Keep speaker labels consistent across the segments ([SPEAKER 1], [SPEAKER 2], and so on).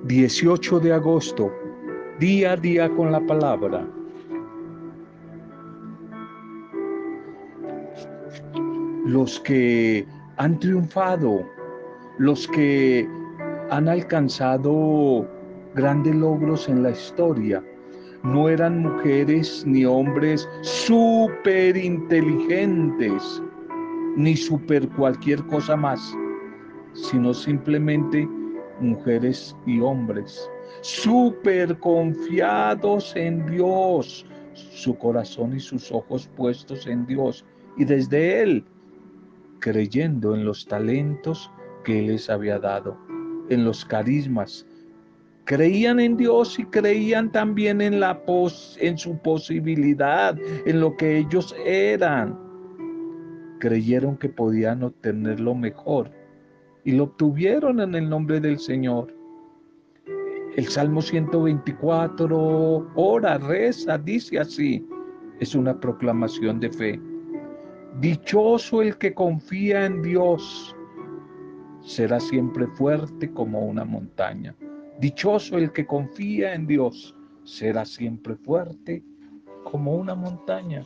[SPEAKER 1] 18 de agosto, día a día con la palabra. Los que han triunfado, los que han alcanzado grandes logros en la historia, no eran mujeres ni hombres súper inteligentes, ni súper cualquier cosa más, sino simplemente mujeres y hombres súper confiados en Dios, su corazón y sus ojos puestos en Dios, y desde Él creyendo en los talentos que Él les había dado, en los carismas. Creían en Dios y creían también en su posibilidad, en lo que ellos eran. Creyeron que podían obtener lo mejor y lo obtuvieron en el nombre del Señor. El Salmo 124 ora, reza, dice así. Es una proclamación de fe. Dichoso el que confía en Dios, será siempre fuerte como una montaña. Dichoso el que confía en Dios, será siempre fuerte como una montaña.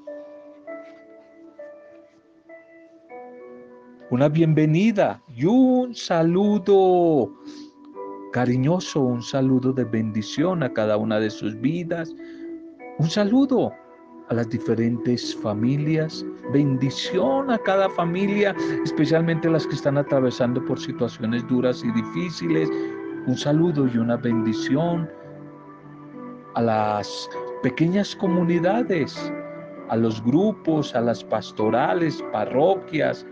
[SPEAKER 1] Una bienvenida y un saludo cariñoso, un saludo de bendición a cada una de sus vidas, un saludo a las diferentes familias, bendición a cada familia, especialmente las que están atravesando por situaciones duras y difíciles, un saludo y una bendición a las pequeñas comunidades, a los grupos, a las pastorales, parroquias,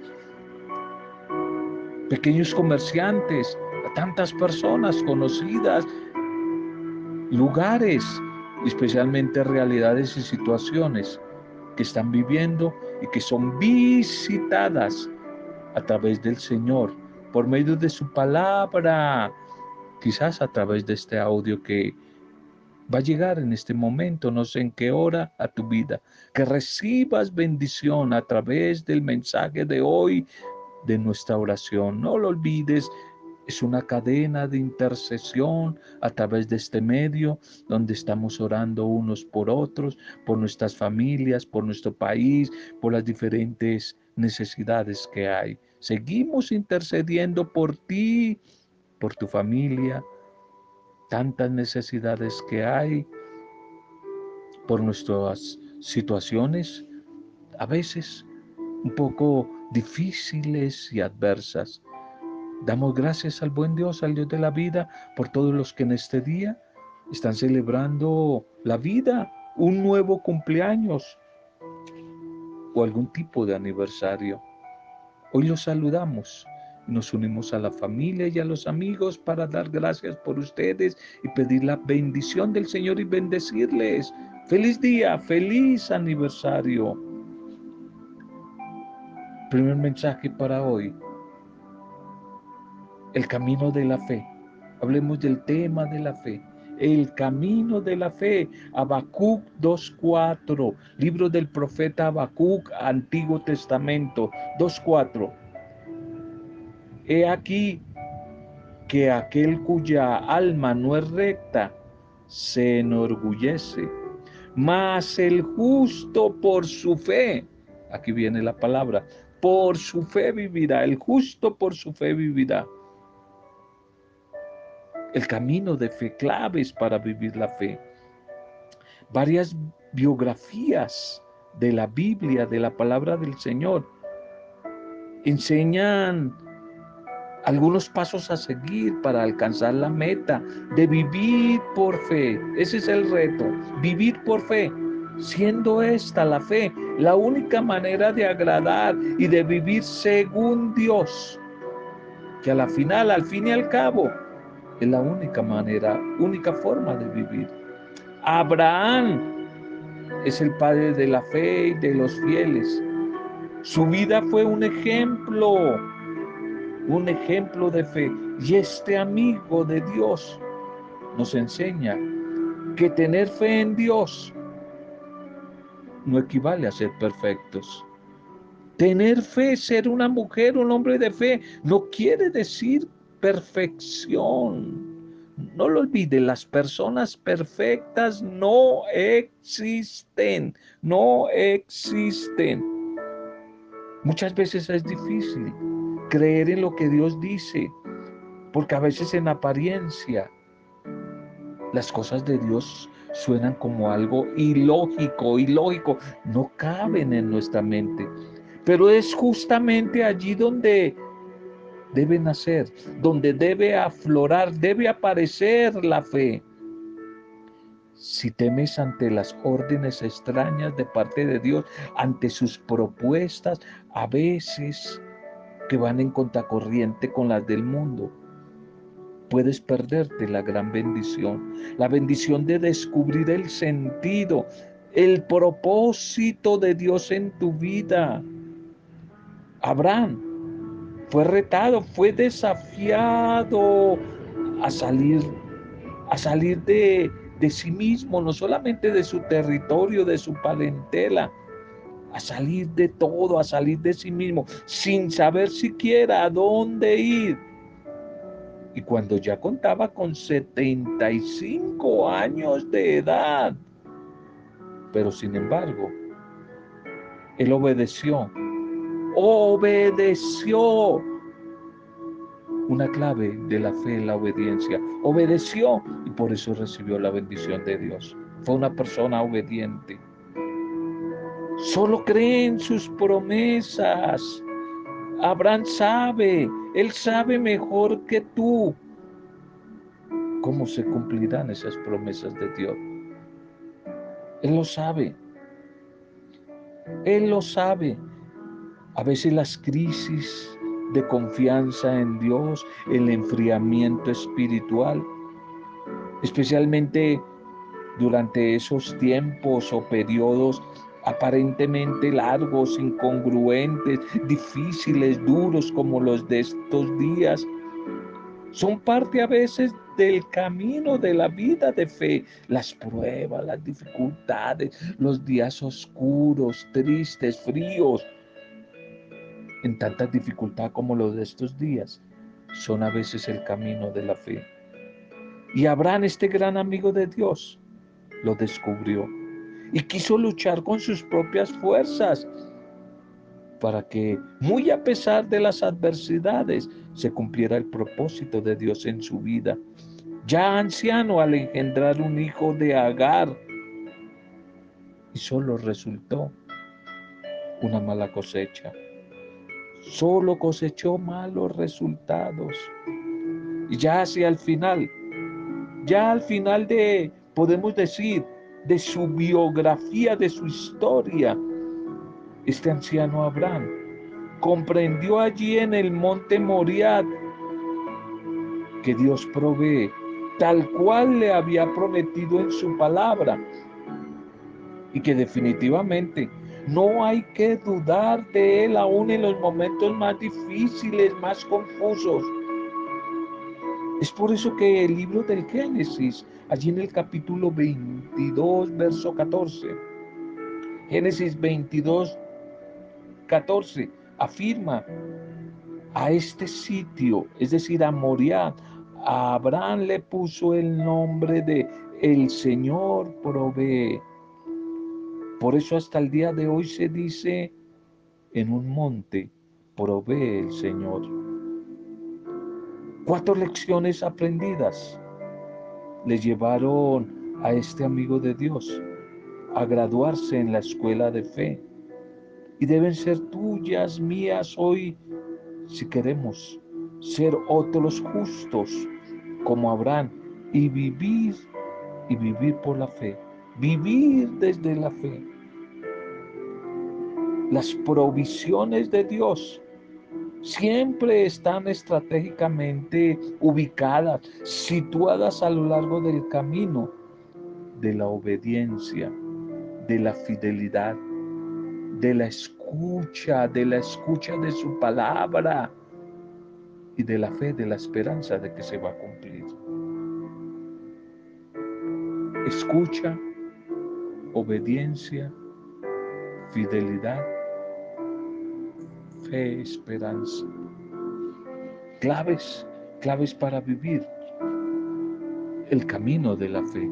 [SPEAKER 1] pequeños comerciantes, a tantas personas conocidas, lugares, especialmente realidades y situaciones que están viviendo y que son visitadas a través del Señor, por medio de su palabra, quizás a través de este audio que va a llegar en este momento, no sé en qué hora, a tu vida, que recibas bendición a través del mensaje de hoy, de nuestra oración. No lo olvides, es una cadena de intercesión a través de este medio donde estamos orando unos por otros, por nuestras familias, por nuestro país, por las diferentes necesidades que hay. Seguimos intercediendo por ti, por tu familia, tantas necesidades que hay, por nuestras situaciones, a veces un poco difíciles y adversas. Damos gracias al buen Dios, al Dios de la vida, por todos los que en este día están celebrando la vida, un nuevo cumpleaños o algún tipo de aniversario. Hoy los saludamos y nos unimos a la familia y a los amigos para dar gracias por ustedes y pedir la bendición del Señor y bendecirles. Feliz día, feliz aniversario. Primer mensaje para hoy. El camino de la fe. Hablemos del tema de la fe. El camino de la fe. Habacuc 2:4. Libro del profeta Habacuc, Antiguo Testamento 2:4. He aquí que aquel cuya alma no es recta se enorgullece, mas el justo por su fe, aquí viene la palabra, por su fe vivirá, el justo por su fe vivirá. El camino de fe, claves para vivir la fe. Varias biografías de la Biblia, de la palabra del Señor, enseñan algunos pasos a seguir para alcanzar la meta de vivir por fe. Ese es el reto, vivir por fe, siendo esta la fe la única manera de agradar y de vivir según Dios, que a la final, al fin y al cabo, es la única manera, única forma de vivir. Abraham es el padre de la fe y de los fieles. Su vida fue un ejemplo de fe. Y este amigo de Dios nos enseña que tener fe en Dios no equivale a ser perfectos. Tener fe, ser una mujer, un hombre de fe, no quiere decir perfección. No lo olviden, las personas perfectas no existen, no existen. Muchas veces es difícil creer en lo que Dios dice, porque a veces en apariencia las cosas de Dios suenan como algo ilógico, no caben en nuestra mente. Pero es justamente allí donde debe nacer, donde debe aflorar, debe aparecer la fe. Si temes ante las órdenes extrañas de parte de Dios, ante sus propuestas, a veces que van en contracorriente con las del mundo, puedes perderte la bendición de descubrir el sentido, el propósito de Dios en tu vida. Abraham fue retado, fue desafiado a salir, a salir de sí mismo, no solamente de su territorio, de su parentela, a salir de todo, a salir de sí mismo, sin saber siquiera a dónde ir. Y cuando ya contaba con 75 años de edad, pero sin embargo, él obedeció. Una clave de la fe es la obediencia. Obedeció y por eso recibió la bendición de Dios. Fue una persona obediente. Solo cree en sus promesas. Abraham sabe, él sabe mejor que tú cómo se cumplirán esas promesas de Dios. Él lo sabe, él lo sabe. A veces las crisis de confianza en Dios, el enfriamiento espiritual, especialmente durante esos tiempos o periodos aparentemente largos, incongruentes, difíciles, duros como los de estos días, son parte a veces del camino de la vida de fe. Las pruebas, las dificultades, los días oscuros, tristes, fríos, en tanta dificultad como los de estos días, son a veces el camino de la fe. Y Abraham, este gran amigo de Dios, lo descubrió y quiso luchar con sus propias fuerzas para que, muy a pesar de las adversidades, se cumpliera el propósito de Dios en su vida. Ya anciano al engendrar un hijo de Agar, y solo resultó una mala cosecha. Solo cosechó malos resultados. Y ya hacia el final, ya al final de, podemos decir, de su biografía, de su historia, este anciano Abraham comprendió allí en el monte Moriah que Dios provee tal cual le había prometido en su palabra y que definitivamente no hay que dudar de él aún en los momentos más difíciles, más confusos. Es por eso que el libro del Génesis, allí en el capítulo 22, verso 14, Génesis 22, 14, afirma a este sitio, es decir, a Moriah, a Abraham le puso el nombre de El Señor provee. Por eso hasta el día de hoy se dice, en un monte provee el Señor. 4 lecciones aprendidas le llevaron a este amigo de Dios a graduarse en la escuela de fe y deben ser tuyas, mías hoy, si queremos ser otros justos como Abraham y vivir por la fe, vivir desde la fe. Las provisiones de Dios siempre están estratégicamente ubicadas, situadas a lo largo del camino de la obediencia, de la fidelidad, de la escucha de su palabra y de la fe, de la esperanza de que se va a cumplir. Escucha, obediencia, fidelidad, fe, esperanza. Claves, claves para vivir el camino de la fe.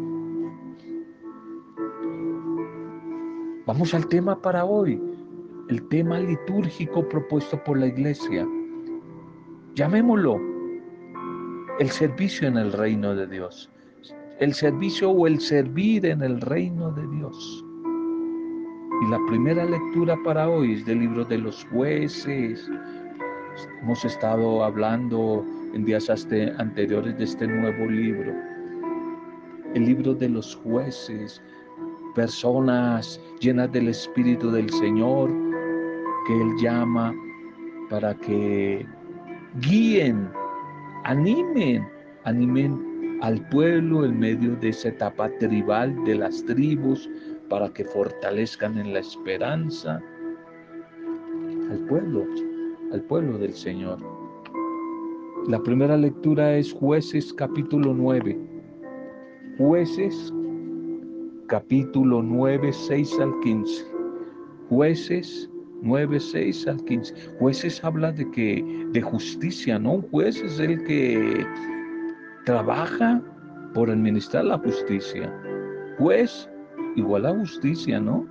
[SPEAKER 1] Vamos al tema para hoy, el tema litúrgico propuesto por la Iglesia. Llamémoslo el servicio en el reino de Dios. El servicio o el servir en el reino de Dios. Y la primera lectura para hoy es del libro de los Jueces. Hemos estado hablando en días anteriores de este nuevo libro. El libro de los Jueces. Personas llenas del Espíritu del Señor que Él llama para que guíen, animen al pueblo en medio de esa etapa tribal de las tribus, para que fortalezcan en la esperanza al pueblo del Señor. La primera lectura es Jueces capítulo 9. Jueces capítulo 9, 6 al 15. Jueces 9, 6 al 15. Jueces habla de justicia, ¿no? Un juez es el que trabaja por administrar la justicia. Juez igual a justicia, ¿no?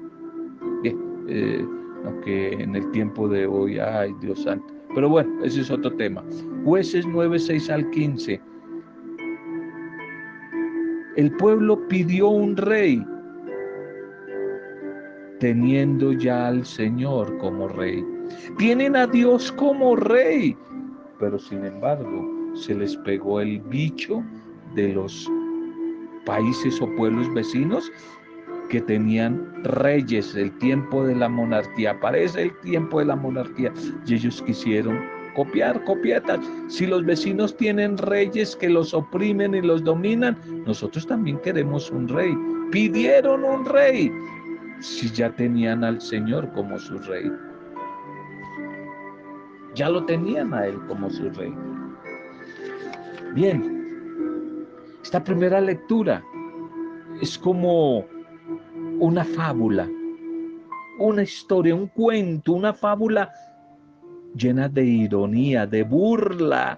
[SPEAKER 1] Aunque en el tiempo de hoy, ay Dios santo. Pero bueno, ese es otro tema. Jueces 9, 6 al 15. El pueblo pidió un rey, teniendo ya al Señor como rey. Tienen a Dios como rey, pero sin embargo se les pegó el bicho de los países o pueblos vecinos que tenían reyes, el tiempo de la monarquía. Parece el tiempo de la monarquía y ellos quisieron copiar. Si los vecinos tienen reyes que los oprimen y los dominan, nosotros también queremos un rey. Pidieron un rey si ya tenían al Señor como su rey. Ya lo tenían a Él como su rey. Bien, esta primera lectura es como una fábula, una historia, un cuento, una fábula llena de ironía, de burla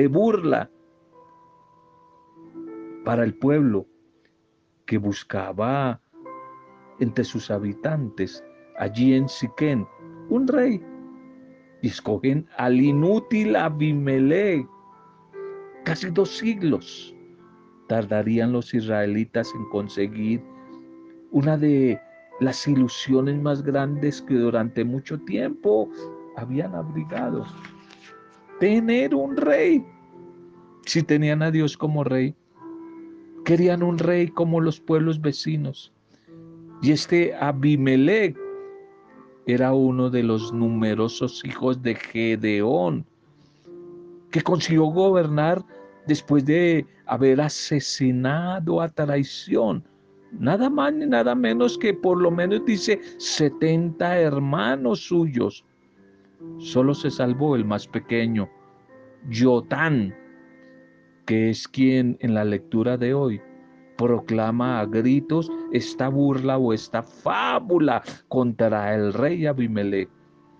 [SPEAKER 1] para el pueblo que buscaba entre sus habitantes, allí en Siquén, un rey. Y escogen al inútil Abimelech. Casi 2 siglos tardarían los israelitas en conseguir una de las ilusiones más grandes que durante mucho tiempo habían abrigado. Tener un rey. Si tenían a Dios como rey, querían un rey como los pueblos vecinos. Y este Abimelech era uno de los numerosos hijos de Gedeón, que consiguió gobernar después de haber asesinado a traición nada más ni nada menos que, por lo menos dice, 70 hermanos suyos. Solo se salvó el más pequeño, Jotán, que es quien en la lectura de hoy proclama a gritos esta burla o esta fábula contra el rey Abimelech.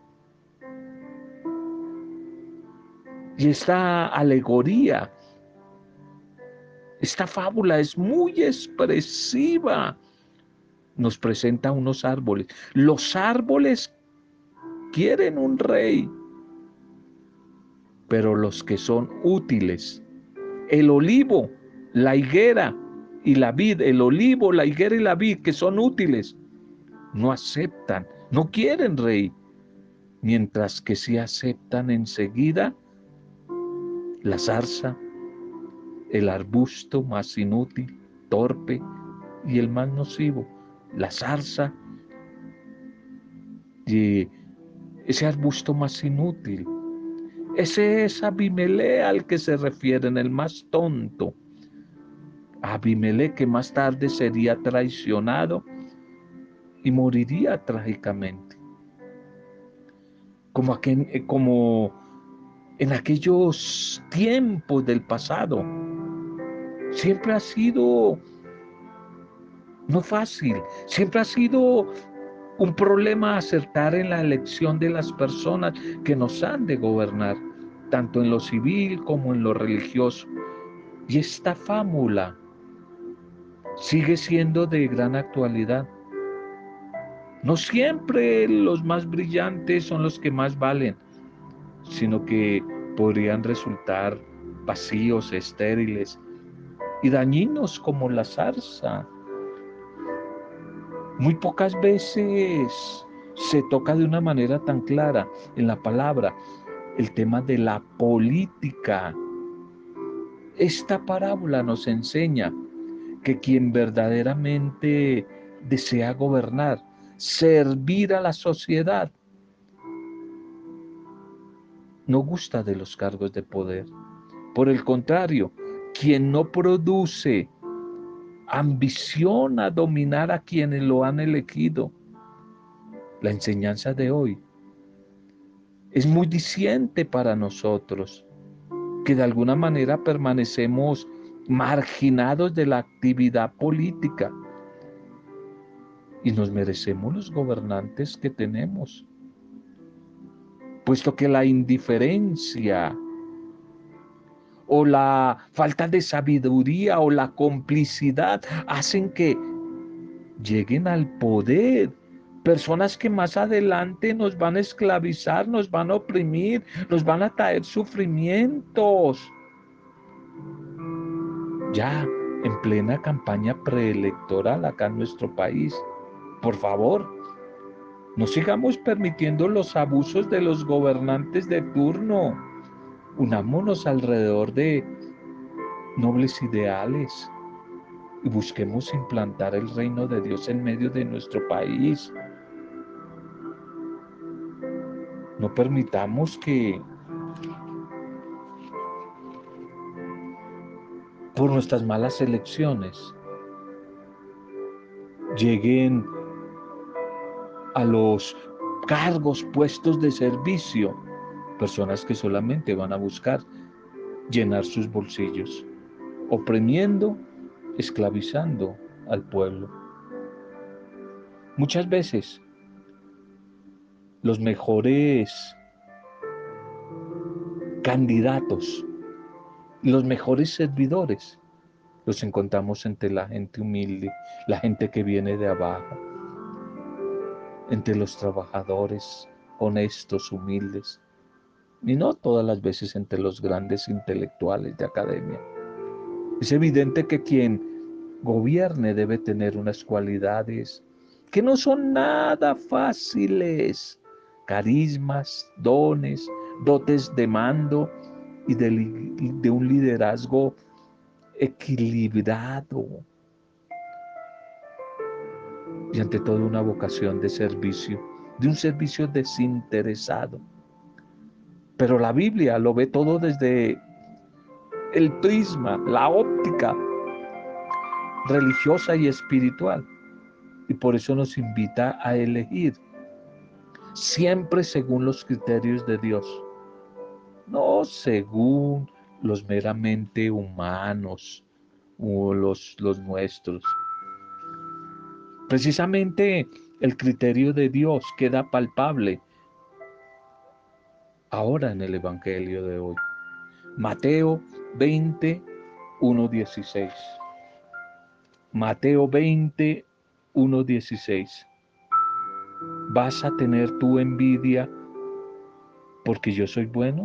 [SPEAKER 1] Y esta alegoría, esta fábula es muy expresiva. Nos presenta unos árboles. Los árboles quieren un rey, pero los que son útiles, el olivo, la higuera y la vid, el olivo, la higuera y la vid, que son útiles, no aceptan, no quieren rey, mientras que sí aceptan enseguida la zarza, el arbusto más inútil, torpe y el más nocivo, la zarza y ese arbusto más inútil. Ese es Abimelech al que se refieren, el más tonto. Abimelech, que más tarde sería traicionado y moriría trágicamente. Como en aquellos tiempos del pasado. Siempre ha sido no fácil, siempre ha sido un problema acertar en la elección de las personas que nos han de gobernar, tanto en lo civil como en lo religioso. Y esta fábula sigue siendo de gran actualidad. No siempre los más brillantes son los que más valen, sino que podrían resultar vacíos, estériles y dañinos como la zarza. Muy pocas veces se toca de una manera tan clara en la palabra el tema de la política. Esta parábola nos enseña que quien verdaderamente desea gobernar, servir a la sociedad, no gusta de los cargos de poder. Por el contrario, quien no produce ambición a dominar a quienes lo han elegido. La enseñanza de hoy es muy diciente para nosotros, que de alguna manera permanecemos marginados de la actividad política y nos merecemos los gobernantes que tenemos, puesto que la indiferencia o la falta de sabiduría o la complicidad hacen que lleguen al poder personas que más adelante nos van a esclavizar, nos van a oprimir, nos van a traer sufrimientos. Ya en plena campaña preelectoral acá en nuestro país, por favor, no sigamos permitiendo los abusos de los gobernantes de turno. Unámonos alrededor de nobles ideales y busquemos implantar el reino de Dios en medio de nuestro país. No permitamos que por nuestras malas elecciones lleguen a los cargos, puestos de servicio, personas que solamente van a buscar llenar sus bolsillos, oprimiendo, esclavizando al pueblo. Muchas veces los mejores candidatos, los mejores servidores, los encontramos entre la gente humilde, la gente que viene de abajo, entre los trabajadores honestos, humildes, y no todas las veces entre los grandes intelectuales de academia. Es evidente que quien gobierne debe tener unas cualidades que no son nada fáciles: carismas, dones, dotes de mando y de un liderazgo equilibrado y ante todo una vocación de servicio, de un servicio desinteresado. Pero la Biblia lo ve todo desde el prisma, la óptica religiosa y espiritual. Y por eso nos invita a elegir siempre según los criterios de Dios, no según los meramente humanos o los nuestros. Precisamente el criterio de Dios queda palpable ahora en el Evangelio de hoy. Mateo 20, 1:16. Mateo 20, 1:16. ¿Vas a tener tu envidia porque yo soy bueno?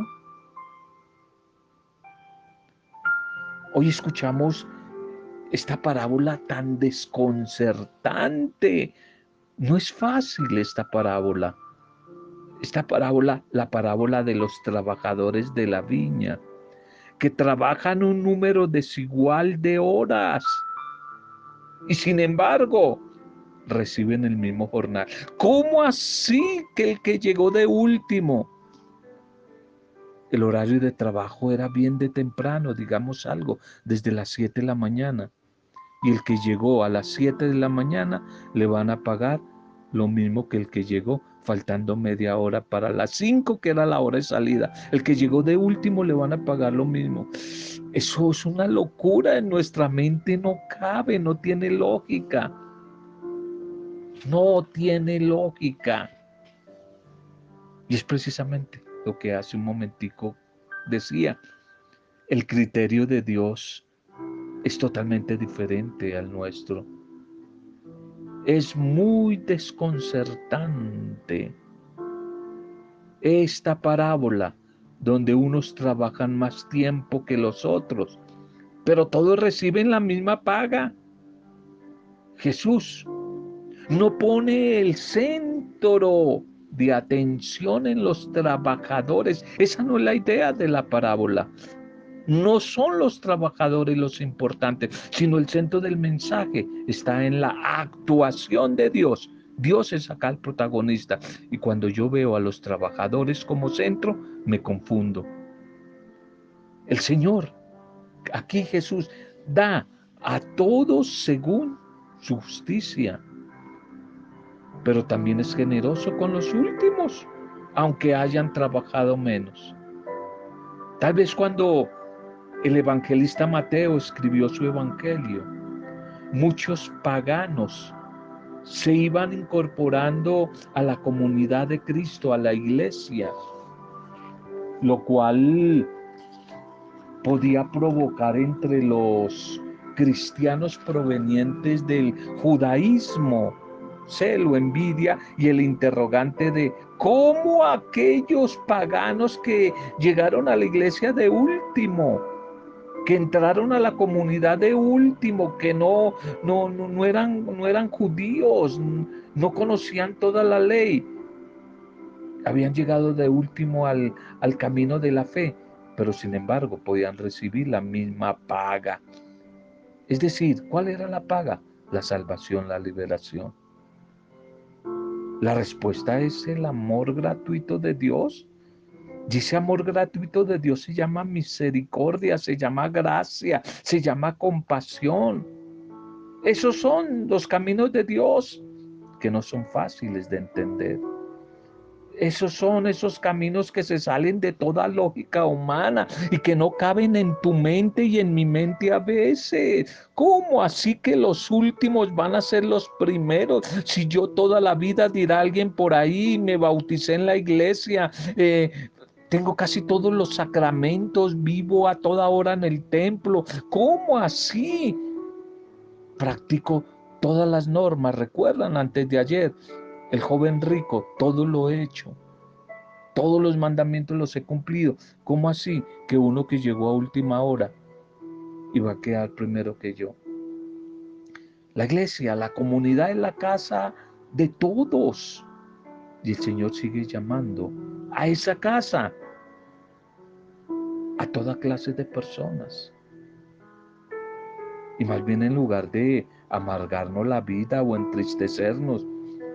[SPEAKER 1] Hoy escuchamos esta parábola tan desconcertante. No es fácil esta parábola. Esta parábola, la parábola de los trabajadores de la viña, que trabajan un número desigual de horas y sin embargo reciben el mismo jornal. ¿Cómo así que el que llegó de último? El horario de trabajo era bien de temprano, digamos algo, desde las 7 de la mañana. Y el que llegó a las 7 de la mañana le van a pagar lo mismo que el que llegó faltando media hora para las 5, que era la hora de salida. El que llegó de último le van a pagar lo mismo. Eso es una locura, en nuestra mente no cabe, no tiene lógica. No tiene lógica. Y es precisamente lo que hace un momentico decía. El criterio de Dios es totalmente diferente al nuestro. Es muy desconcertante esta parábola donde unos trabajan más tiempo que los otros, pero todos reciben la misma paga. Jesús no pone el centro de atención en los trabajadores. Esa no es la idea de la parábola. No son los trabajadores los importantes, sino el centro del mensaje está en la actuación de Dios. Dios es acá el protagonista. Y cuando yo veo a los trabajadores como centro, me confundo. El Señor, aquí Jesús, da a todos según su justicia, pero también es generoso con los últimos, aunque hayan trabajado menos. Tal vez cuando el evangelista Mateo escribió su evangelio, muchos paganos se iban incorporando a la comunidad de Cristo, a la iglesia, lo cual podía provocar entre los cristianos provenientes del judaísmo celo, envidia y el interrogante de cómo aquellos paganos que llegaron a la iglesia de último, que entraron a la comunidad de último, que no eran judíos, no conocían toda la ley, habían llegado de último al camino de la fe, pero sin embargo podían recibir la misma paga. Es decir, ¿cuál era la paga? La salvación, la liberación. La respuesta es el amor gratuito de Dios. Y ese amor gratuito de Dios se llama misericordia, se llama gracia, se llama compasión. Esos son los caminos de Dios que no son fáciles de entender. Esos son esos caminos que se salen de toda lógica humana y que no caben en tu mente y en mi mente a veces. ¿Cómo así que los últimos van a ser los primeros? Si yo toda la vida, dirá alguien por ahí, me bauticé en la iglesia, tengo casi todos los sacramentos, vivo a toda hora en el templo. ¿Cómo así? Practico todas las normas. ¿Recuerdan antes de ayer? El joven rico, todo lo he hecho. Todos los mandamientos los he cumplido. ¿Cómo así que uno que llegó a última hora iba a quedar primero que yo? La iglesia, la comunidad es la casa de todos. Y el Señor sigue llamando a esa casa a toda clase de personas. Y más bien en lugar de amargarnos la vida o entristecernos,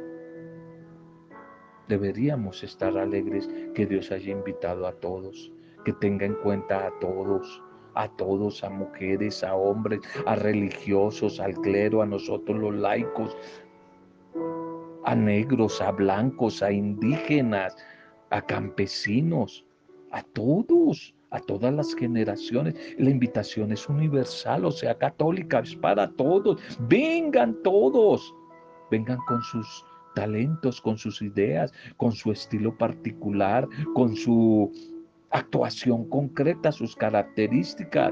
[SPEAKER 1] deberíamos estar alegres que Dios haya invitado a todos, que tenga en cuenta a todos, a mujeres, a hombres, a religiosos, al clero, a nosotros los laicos, a negros, a blancos, a indígenas, a campesinos, a todos, a todas las generaciones. La invitación es universal, o sea, católica, es para todos. Vengan todos, vengan con sus talentos, con sus ideas, con su estilo particular, con su actuación concreta, sus características.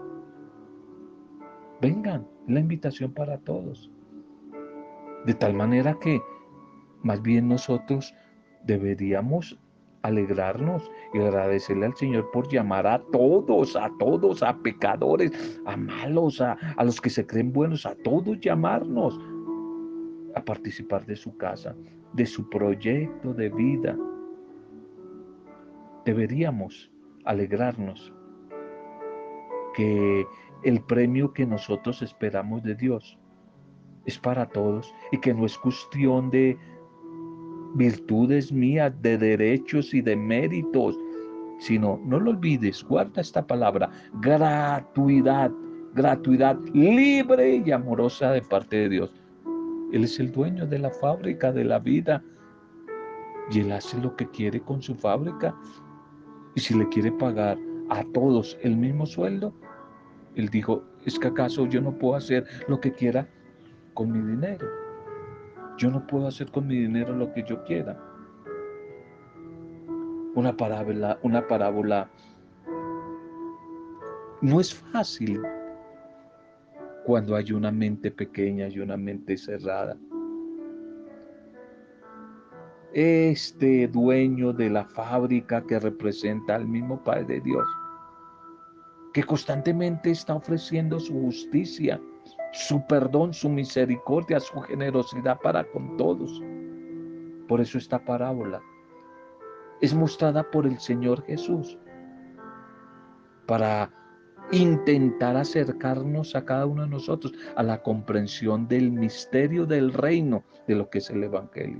[SPEAKER 1] Vengan, la invitación para todos. De tal manera que más bien nosotros deberíamos alegrarnos y agradecerle al Señor por llamar a todos, a pecadores, a malos, a los que se creen buenos, a todos llamarnos a participar de su casa, de su proyecto de vida. Deberíamos alegrarnos que el premio que nosotros esperamos de Dios es para todos y que no es cuestión de virtudes mías, de derechos y de méritos, sino, no lo olvides, guarda esta palabra, gratuidad, gratuidad libre y amorosa de parte de Dios. Él es el dueño de la fábrica de la vida y Él hace lo que quiere con su fábrica. Y si le quiere pagar a todos el mismo sueldo, Él dijo, ¿es que acaso yo no puedo hacer lo que quiera con mi dinero? Yo no puedo hacer con mi dinero lo que yo quiera. Una parábola no es fácil cuando hay una mente pequeña y una mente cerrada. Este dueño de la fábrica que representa al mismo Padre de Dios, que constantemente está ofreciendo su justicia, su perdón, su misericordia, su generosidad para con todos. Por eso esta parábola es mostrada por el Señor Jesús para intentar acercarnos a cada uno de nosotros a la comprensión del misterio del reino de lo que es el Evangelio.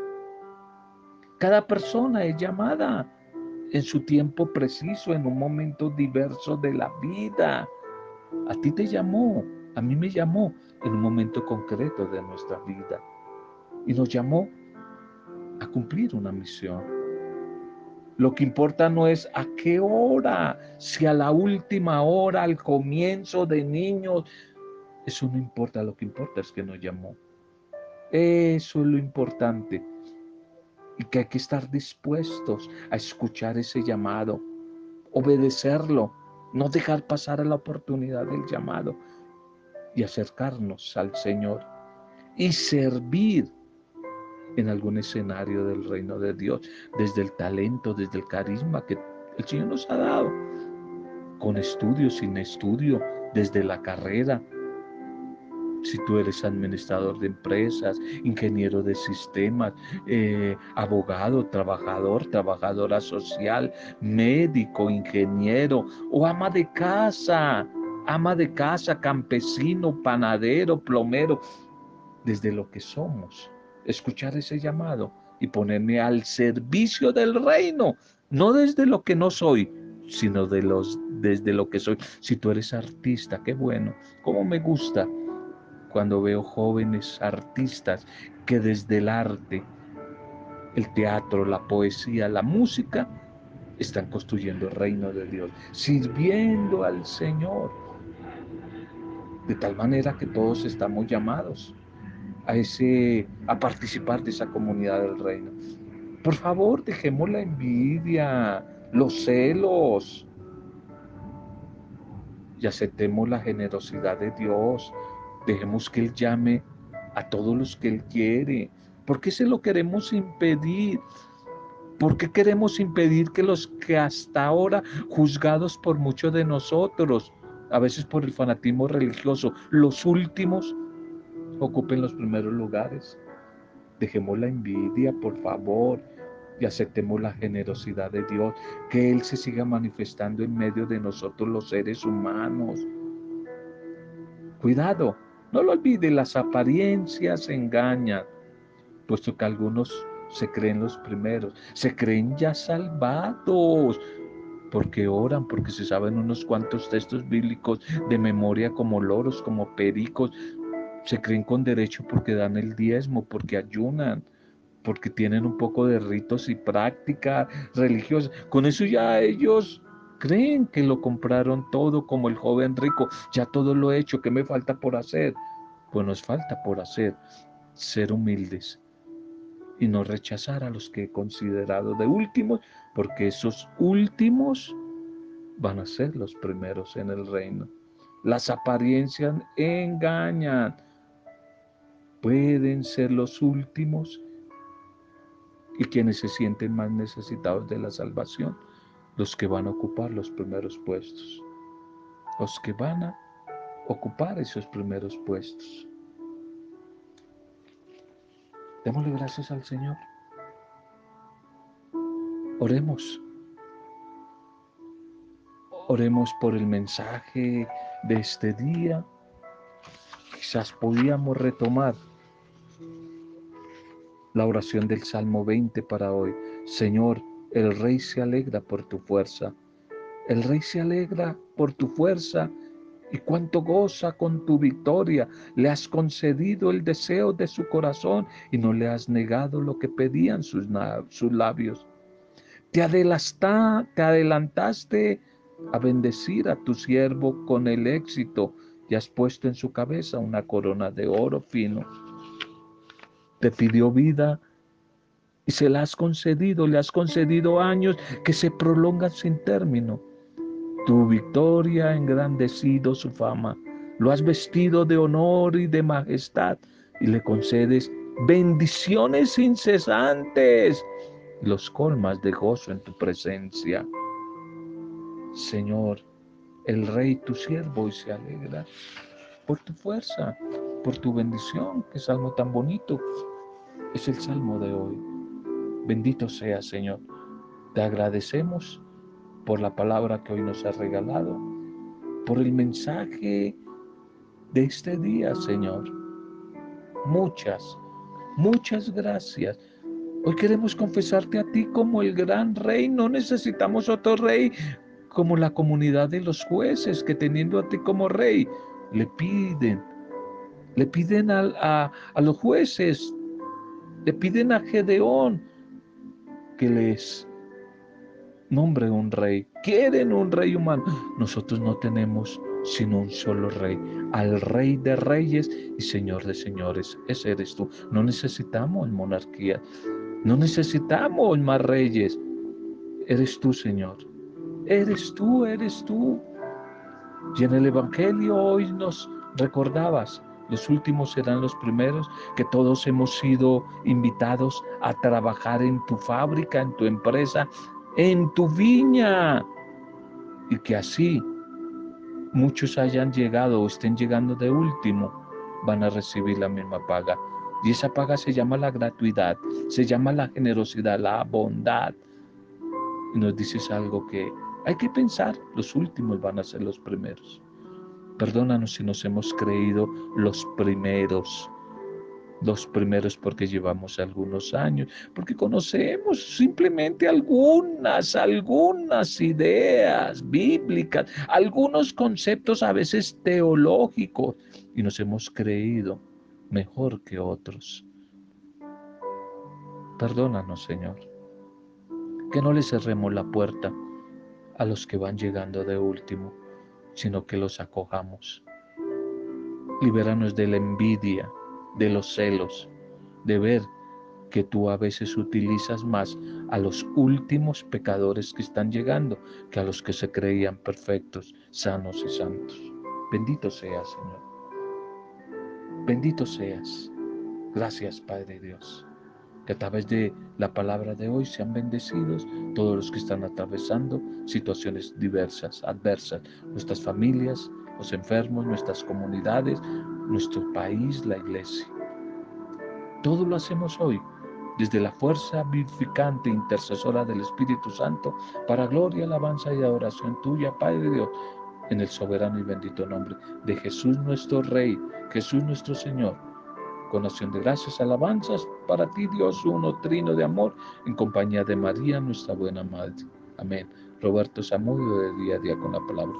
[SPEAKER 1] Cada persona es llamada en su tiempo preciso, en un momento diverso de la vida. A ti te llamó, a mí me llamó en un momento concreto de nuestra vida. Y nos llamó a cumplir una misión. Lo que importa no es a qué hora, si a la última hora, al comienzo de niños. Eso no importa, lo que importa es que nos llamó. Eso es lo importante. Y que hay que estar dispuestos a escuchar ese llamado, obedecerlo, no dejar pasar a la oportunidad del llamado y acercarnos al Señor y servir en algún escenario del reino de Dios, desde el talento, desde el carisma que el Señor nos ha dado, con estudio, sin estudio, desde la carrera. Si tú eres administrador de empresas, ingeniero de sistemas, abogado, trabajador, trabajadora social, médico, ingeniero o ama de casa, campesino, panadero, plomero, desde lo que somos, escuchar ese llamado y ponerme al servicio del reino, no desde lo que no soy, sino desde lo que soy. Si tú eres artista, qué bueno, cómo me gusta cuando veo jóvenes artistas que desde el arte, el teatro, la poesía, la música, están construyendo el reino de Dios, sirviendo al Señor. De tal manera que todos estamos llamados a participar de esa comunidad del reino. Por favor, dejemos la envidia, los celos y aceptemos la generosidad de Dios. Dejemos que Él llame a todos los que Él quiere. ¿Por qué se lo queremos impedir? ¿Por qué queremos impedir que los que hasta ahora, juzgados por muchos de nosotros, a veces por el fanatismo religioso, los últimos, ocupen los primeros lugares? Dejemos la envidia, por favor, y aceptemos la generosidad de Dios, que Él se siga manifestando en medio de nosotros los seres humanos. Cuidado, no lo olvide, las apariencias engañan, puesto que algunos se creen los primeros, se creen ya salvados, porque oran, porque se saben unos cuantos textos bíblicos de memoria como loros, como pericos, se creen con derecho porque dan el diezmo, porque ayunan, porque tienen un poco de ritos y práctica religiosa. Con eso ya ellos creen que lo compraron todo, como el joven rico. Ya todo lo he hecho, ¿qué me falta por hacer? Pues nos falta por hacer ser humildes y no rechazar a los que he considerado de últimos, porque esos últimos van a ser los primeros en el reino. Las apariencias engañan. Pueden ser los últimos y quienes se sienten más necesitados de la salvación, los que van a ocupar los primeros puestos, los que van a ocupar esos primeros puestos. Démosle gracias al Señor. Oremos. Oremos por el mensaje de este día. Quizás podíamos retomar la oración del Salmo 20 para hoy. Señor, el Rey se alegra por tu fuerza. El Rey se alegra por tu fuerza y cuánto goza con tu victoria. Le has concedido el deseo de su corazón y no le has negado lo que pedían sus labios. Te adelantaste a bendecir a tu siervo con el éxito y has puesto en su cabeza una corona de oro fino. Te pidió vida y se la has concedido, le has concedido años que se prolongan sin término. Tu victoria ha engrandecido su fama. lo has vestido de honor y de majestad y le concedes bendiciones incesantes, los colmas de gozo en tu presencia. Señor, el Rey, tu siervo, y se alegra por tu fuerza, por tu bendición. Qué salmo tan bonito es el salmo de hoy. Bendito sea, Señor. Te agradecemos por la palabra que hoy nos has regalado, por el mensaje de este día, Señor. Muchas gracias. Hoy queremos confesarte a ti como el gran rey. No necesitamos otro rey como la comunidad de los jueces que teniendo a ti como rey, le piden a los jueces, le piden a Gedeón que les nombre un rey. Quieren un rey humano. Nosotros no tenemos sino un solo rey, al Rey de Reyes y Señor de Señores. Ese eres tú. No necesitamos monarquía, no necesitamos más reyes. Eres tú, Señor. Eres tú, eres tú. Y en el Evangelio hoy nos recordabas, los últimos serán los primeros, que todos hemos sido invitados a trabajar en tu fábrica, en tu empresa, en tu viña, y que así muchos hayan llegado o estén llegando de último, van a recibir la misma paga. Y esa paga se llama la gratuidad, se llama la generosidad, la bondad. Y nos dices algo que hay que pensar, los últimos van a ser los primeros. Perdónanos si nos hemos creído los primeros porque llevamos algunos años, porque conocemos simplemente algunas ideas bíblicas, algunos conceptos a veces teológicos, y nos hemos creído mejor que otros. Perdónanos, Señor, que no le cerremos la puerta a los que van llegando de último, sino que los acojamos. Libéranos de la envidia, de los celos, de ver que tú a veces utilizas más a los últimos pecadores que están llegando que a los que se creían perfectos, sanos y santos. Bendito seas, Señor. Bendito seas. Gracias, Padre Dios. Que a través de la palabra de hoy sean bendecidos todos los que están atravesando situaciones diversas, adversas, nuestras familias, los enfermos, nuestras comunidades, nuestro país, la iglesia. Todo lo hacemos hoy desde la fuerza vivificante e intercesora del Espíritu Santo para gloria, alabanza y adoración tuya, Padre Dios, en el soberano y bendito nombre de Jesús nuestro Rey, Jesús nuestro Señor. Con acción de gracias, alabanzas para ti, Dios uno, trino de amor, en compañía de María, nuestra buena Madre. Amén. Roberto Zamudio, de Día a Día con la Palabra.